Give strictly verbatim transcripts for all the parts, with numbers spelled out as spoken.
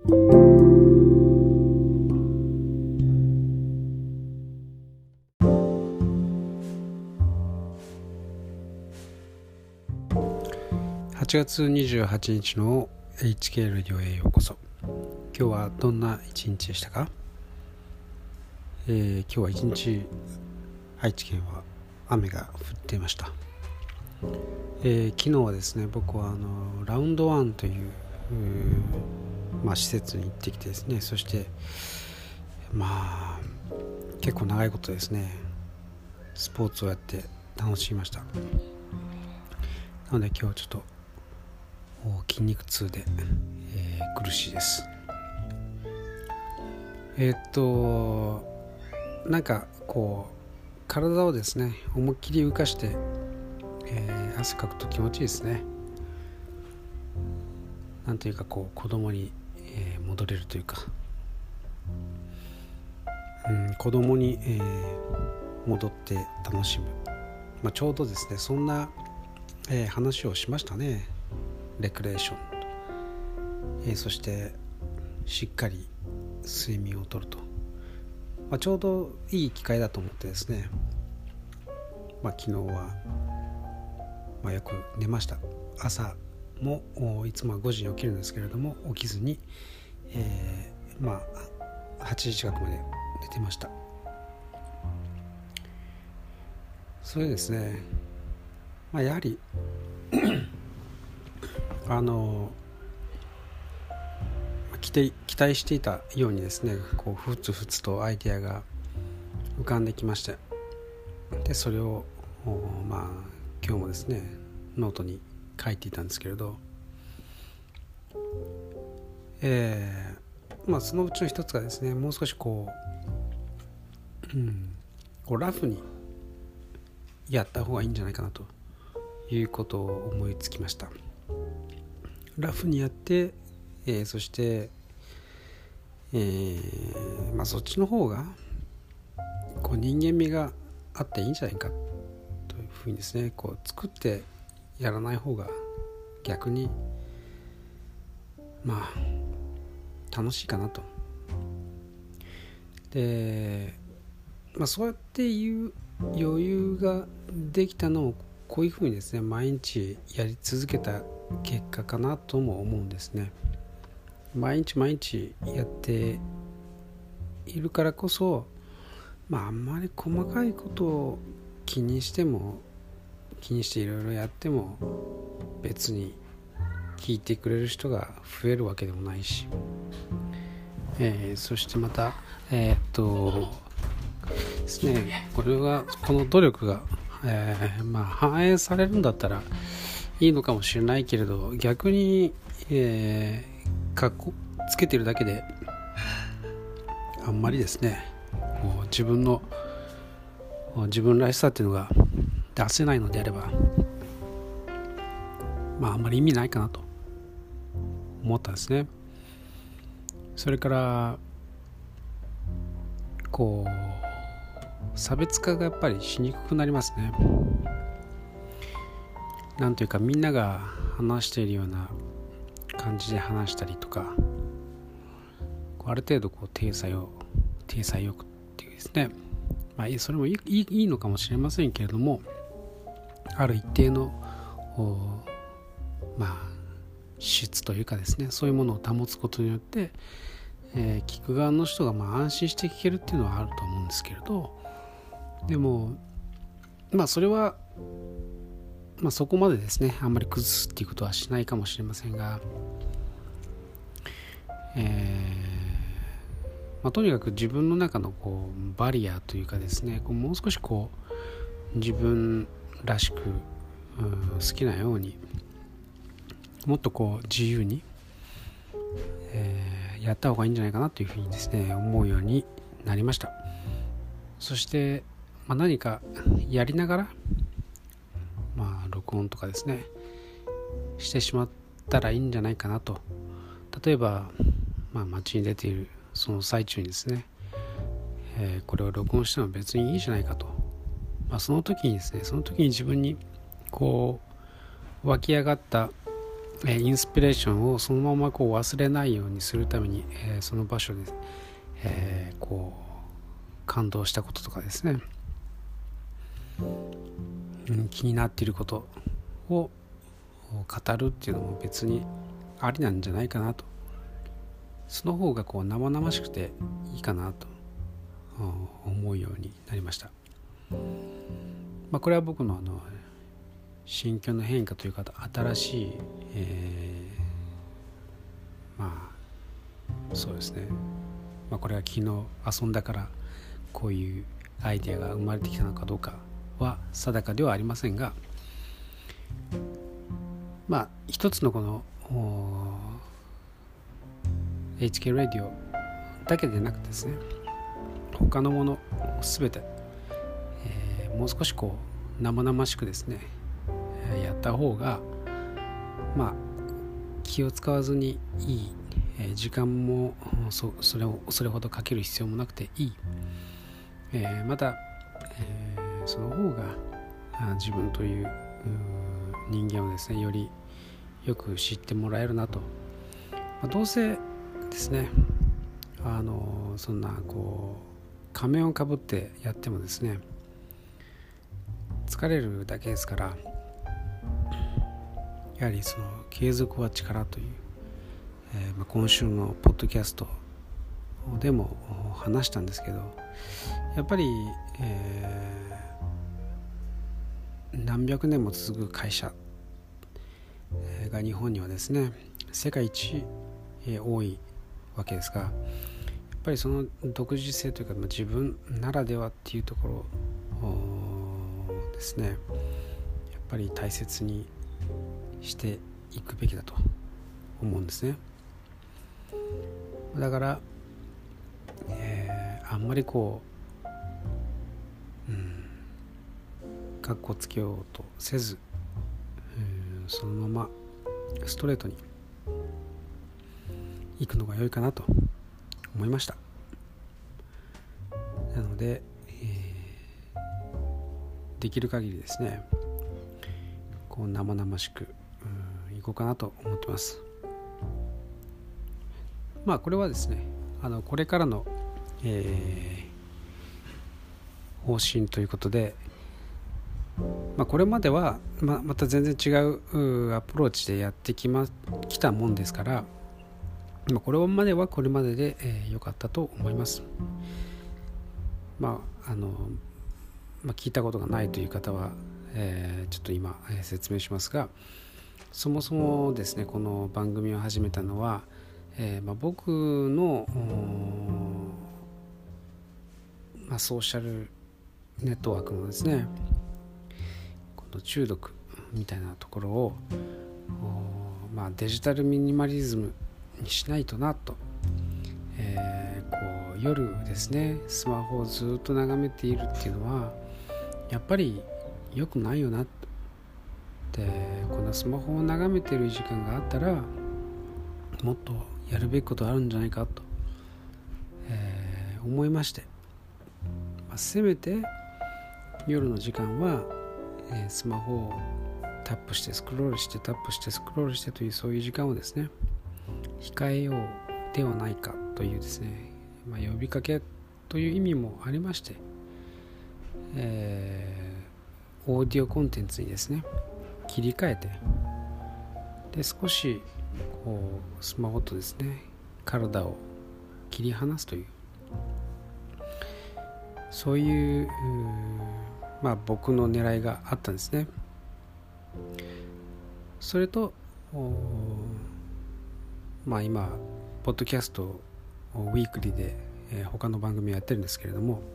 はちがつにじゅうはちにちの エイチケー ラジオへようこそ。今日はどんな一日でしたか？えー、今日は一日愛知県は雨が降っていました。えー、昨日はですね、僕はあのラウンドワンという、うまあ、施設に行ってきてですね、そしてまあ結構長いことですねスポーツをやって楽しみました。なので今日はちょっと筋肉痛で、えー、苦しいです。えー、っとなんかこう体をですね思いっきり浮かして、えー、汗かくと気持ちいいですね。なんというかこう子供に、えー、戻れるというか、うん、子供に、えー、戻って楽しむ、まあ、ちょうどですねそんな、えー、話をしましたね。レクレーション、えー、そしてしっかり睡眠をとると、まあ、ちょうどいい機会だと思ってですね、まあ、昨日は、まあ、よく寝ました。朝もいつもはごじに起きるんですけれども起きずに、えー、まあはちじ近くまで寝てました。それですね、まあ、やはりあの期待、期待していたようにですねこうふつふつとアイデアが浮かんできまして、でそれをまあ今日もですねノートに書いていたんですけれど、えー、まあそのうちの一つがですねもう少しこう、うん、こうラフにやった方がいいんじゃないかなということを思いつきました。ラフにやって、えー、そして、えーまあ、そっちの方がこう人間味があっていいんじゃないかというふうにですねこう作ってやらない方が逆にまあ楽しいかなと。で、まあ、そうやっていう余裕ができたのをこういうふうにですね毎日やり続けた結果かなとも思うんですね。毎日毎日やっているからこそ、まああんまり細かいことを気にしても気にしていろいろやっても別に聞いてくれる人が増えるわけでもないし、えー、そしてまたえー、っとですねこれはこの努力が、えー、まあ反映されるんだったらいいのかもしれないけれど、逆に、えー、かっこつけてるだけであんまりですねもう自分の自分らしさっていうのが出せないのであれば、まああんまり意味ないかなと思ったんですね。それからこう差別化がやっぱりしにくくなりますね。なんというかみんなが話しているような感じで話したりとか、ある程度こう体裁を体裁よくっていうですね、まあそれもいい、いいのかもしれませんけれども、ある一定のまあ質というかですねそういうものを保つことによって、えー、聞く側の人がまあ安心して聞けるっていうのはあると思うんですけれど、でもまあそれはまあそこまでですねあんまり崩すっていうことはしないかもしれませんが、えーまあ、とにかく自分の中のこうバリアというかですねこうもう少しこう自分らしく、うん、好きなようにもっとこう自由に、えー、やった方がいいんじゃないかなというふうにですね思うようになりました。そして、まあ、何かやりながらまあ録音とかですねしてしまったらいいんじゃないかなと。例えば、まあ、街に出ているその最中にですね、えー、これを録音しても別にいいじゃないかと、まあ、その時にですねその時に自分にこう湧き上がったえー、インスピレーションをそのままこう忘れないようにするために、えー、その場所で、えー、こう感動したこととかですね、うん、気になっていることを語るっていうのも別にありなんじゃないかなと。その方がこう生々しくていいかなと思うようになりました。まあ、これは僕のあの心境の変化というか新しい、えー、まあそうですね、まあ、これは昨日遊んだからこういうアイデアが生まれてきたのかどうかは定かではありませんが、まあ一つのこの エイチケー ラディオだけでなくですね、他のものすべて、えー、もう少しこう生々しくですね、えー、やった方がまあ気を使わずにいい、えー、時間も そ, それをそれほどかける必要もなくていい、えー、また、えー、その方が自分という人間をですねよりよく知ってもらえるなと、まあ、どうせですねあのそんなこう仮面をかぶってやってもですね疲れるだけですから、やはりその継続は力という、えーまあ、今週のポッドキャストでも話したんですけど、やっぱり、えー、何百年も続く会社が日本にはですね世界一多いわけですが、やっぱりその独自性というか自分ならではっていうところですね、やっぱり大切にしていくべきだと思うんですね。だから、えー、あんまりこう、うん、かっこつけようとせず、うん、そのままストレートに行くのが良いかなと思いました。なので、えー、できる限りですねこう生々しくいこうかなと思ってます。まあこれはですねあのこれからの、えー、方針ということで、まあ、これまでは ま, また全然違うアプローチでやってきまきたもんですから、まあ、これまではこれまでで良、えー、かったと思います。まああの、まあ、聞いたことがないという方は、えー、ちょっと今、えー、説明しますが、そもそもですねこの番組を始めたのは、えーまあ、僕の、まあ、ソーシャルネットワークのですねこの中毒みたいなところを、まあ、デジタルミニマリズムにしないとなと、えー、こう夜ですねスマホをずっと眺めているっていうのはやっぱり良くないよなと。でこのスマホを眺めている時間があったらもっとやるべきことあるんじゃないかと、えー、思いまして、まあ、せめて夜の時間は、えー、スマホをタップしてスクロールしてタップしてスクロールしてというそういう時間をですね控えようではないかというですね、まあ、呼びかけという意味もありまして、えー、オーディオコンテンツにですね切り替えて、で少しこうスマホとですね体を切り離すというそういう、まあ、僕の狙いがあったんですね。それとまあ今ポッドキャストをウィークリーで、えー、他の番組をやってるんですけれども、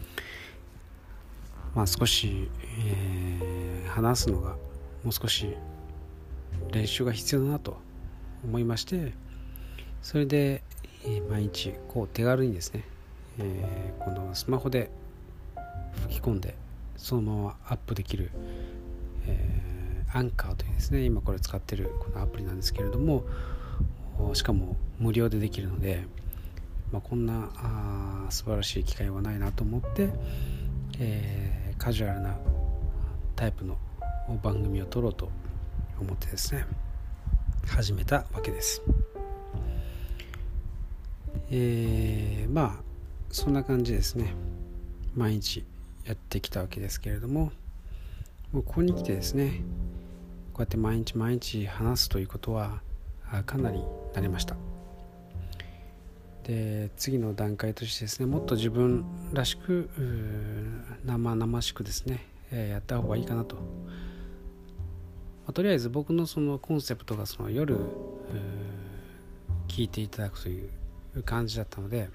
まあ少し、えー、話すのがもう少し練習が必要だなと思いまして、それで、えー、毎日こう手軽にですね、えー、このスマホで吹き込んでそのままアップできる、えー、アンカーというですね今これ使ってるこのアプリなんですけれども、しかも無料でできるので、まあ、こんなあ素晴らしい機会はないなと思って、えー、カジュアルなタイプの番組を撮ろうと思ってですね、 始めたわけです。えー、まあそんな感じですね。毎日やってきたわけですけれども、もうここに来てですね、こうやって毎日毎日話すということはかなり慣れました。で、次の段階としてですね、もっと自分らしく生々しくですね、えー、やった方がいいかなと。まあ、とりあえず僕のそのコンセプトがその夜聞いていただくという感じだったので、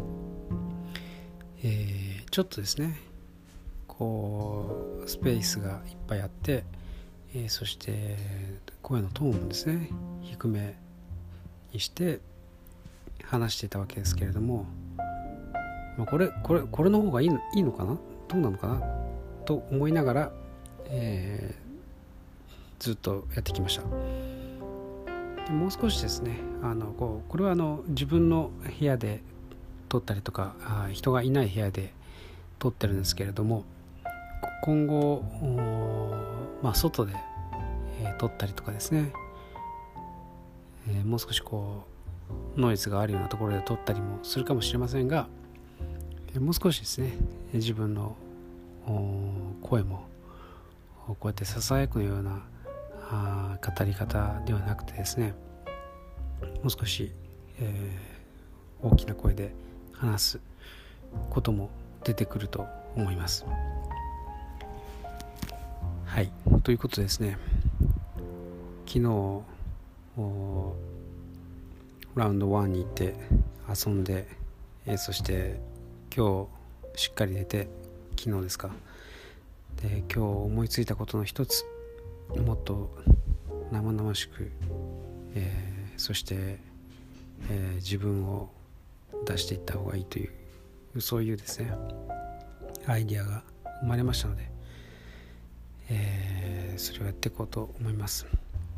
えー、ちょっとですねこうスペースがいっぱいあって、えー、そして声のトーンもですね低めにして話していたわけですけれども、まあ、これこれこれの方がいいの、いいのかな、どうなのかなと思いながら、えー、ずっとやってきました。でもう少しですね、あのこうこれはあの自分の部屋で撮ったりとか、あ人がいない部屋で撮ってるんですけれども、今後、まあ、外で、えー、撮ったりとかですね、えー、もう少しこうノイズがあるようなところで撮ったりもするかもしれませんが、えー、もう少しですね自分の声もこうやってささやくのようなあ語り方ではなくてですね、もう少し、えー、大きな声で話すことも出てくると思います。はい、ということでですね、昨日ラウンドワンに行って遊んで、えー、そして今日しっかり寝て、昨日ですか、で今日思いついたことの一つ、もっと生々しく、えー、そして、えー、自分を出していった方がいいという、そういうですねアイディアが生まれましたので、えー、それをやっていこうと思います。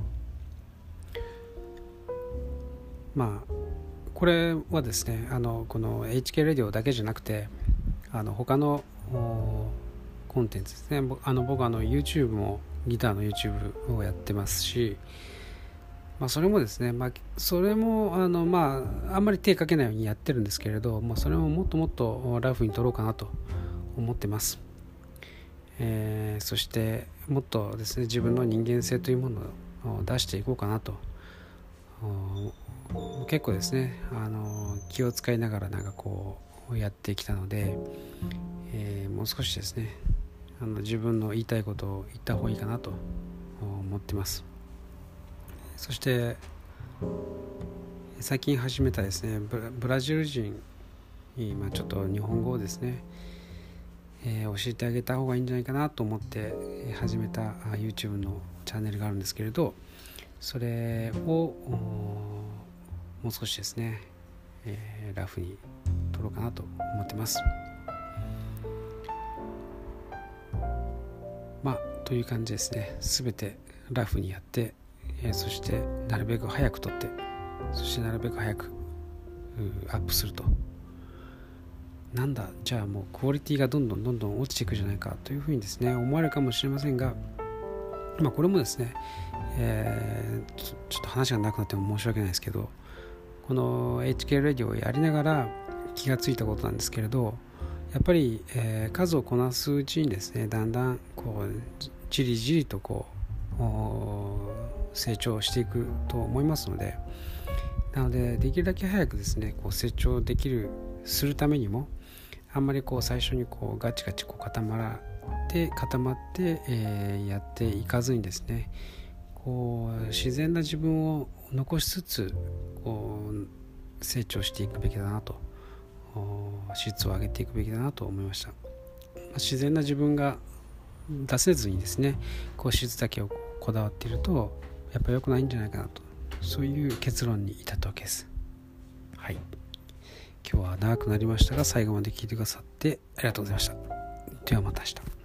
まあこれはですね、あのこの エイチケー レディオだけじゃなくて、あの他のコンテンツですね。あの僕あの YouTube もギターの YouTube をやってますし、まあ、それもですね、まあ、それもあの、まあ、あんまり手かけないようにやってるんですけれど、まあ、それももっともっとラフに撮ろうかなと思ってます。えー、そしてもっとですね自分の人間性というものを出していこうかなと。結構ですねあの気を使いながらなんかこうやってきたので、えー、もう少しですねあの自分の言いたいことを言った方がいいかなと思ってます。そして最近始めたですね ブ, ブラジル人に、まあ、ちょっと日本語をですね、えー、教えてあげた方がいいんじゃないかなと思って始めた YouTube のチャンネルがあるんですけれど、それをもう少しですね、えー、ラフに撮ろうかなと思ってます。まあという感じですね。すべてラフにやって、えー、そしてなるべく早く撮って、そしてなるべく早くアップすると。なんだじゃあもうクオリティがどんどんどんどん落ちていくじゃないかというふうにですね思われるかもしれませんが、まあこれもですね、えー、ちょ、ちょっと話がなくなっても申し訳ないですけど、この エイチケー ラジオをやりながら気がついたことなんですけれど、やっぱり、えー、数をこなすうちにですねだんだんこうじりじりとこう成長していくと思いますので、なのでできるだけ早くですねこう成長できるするためにも、あんまりこう最初にこうガチガチこう固まらって固まって、えー、やっていかずにですね、こう自然な自分を残しつつこう成長していくべきだなと、質を上げていくべきだなと思いました。自然な自分が出せずにですねこう質だけをこだわっているとやっぱ良くないんじゃないかなと、そういう結論に至ったわけです。はい、今日は長くなりましたが最後まで聞いてくださってありがとうございました。ではまた明日。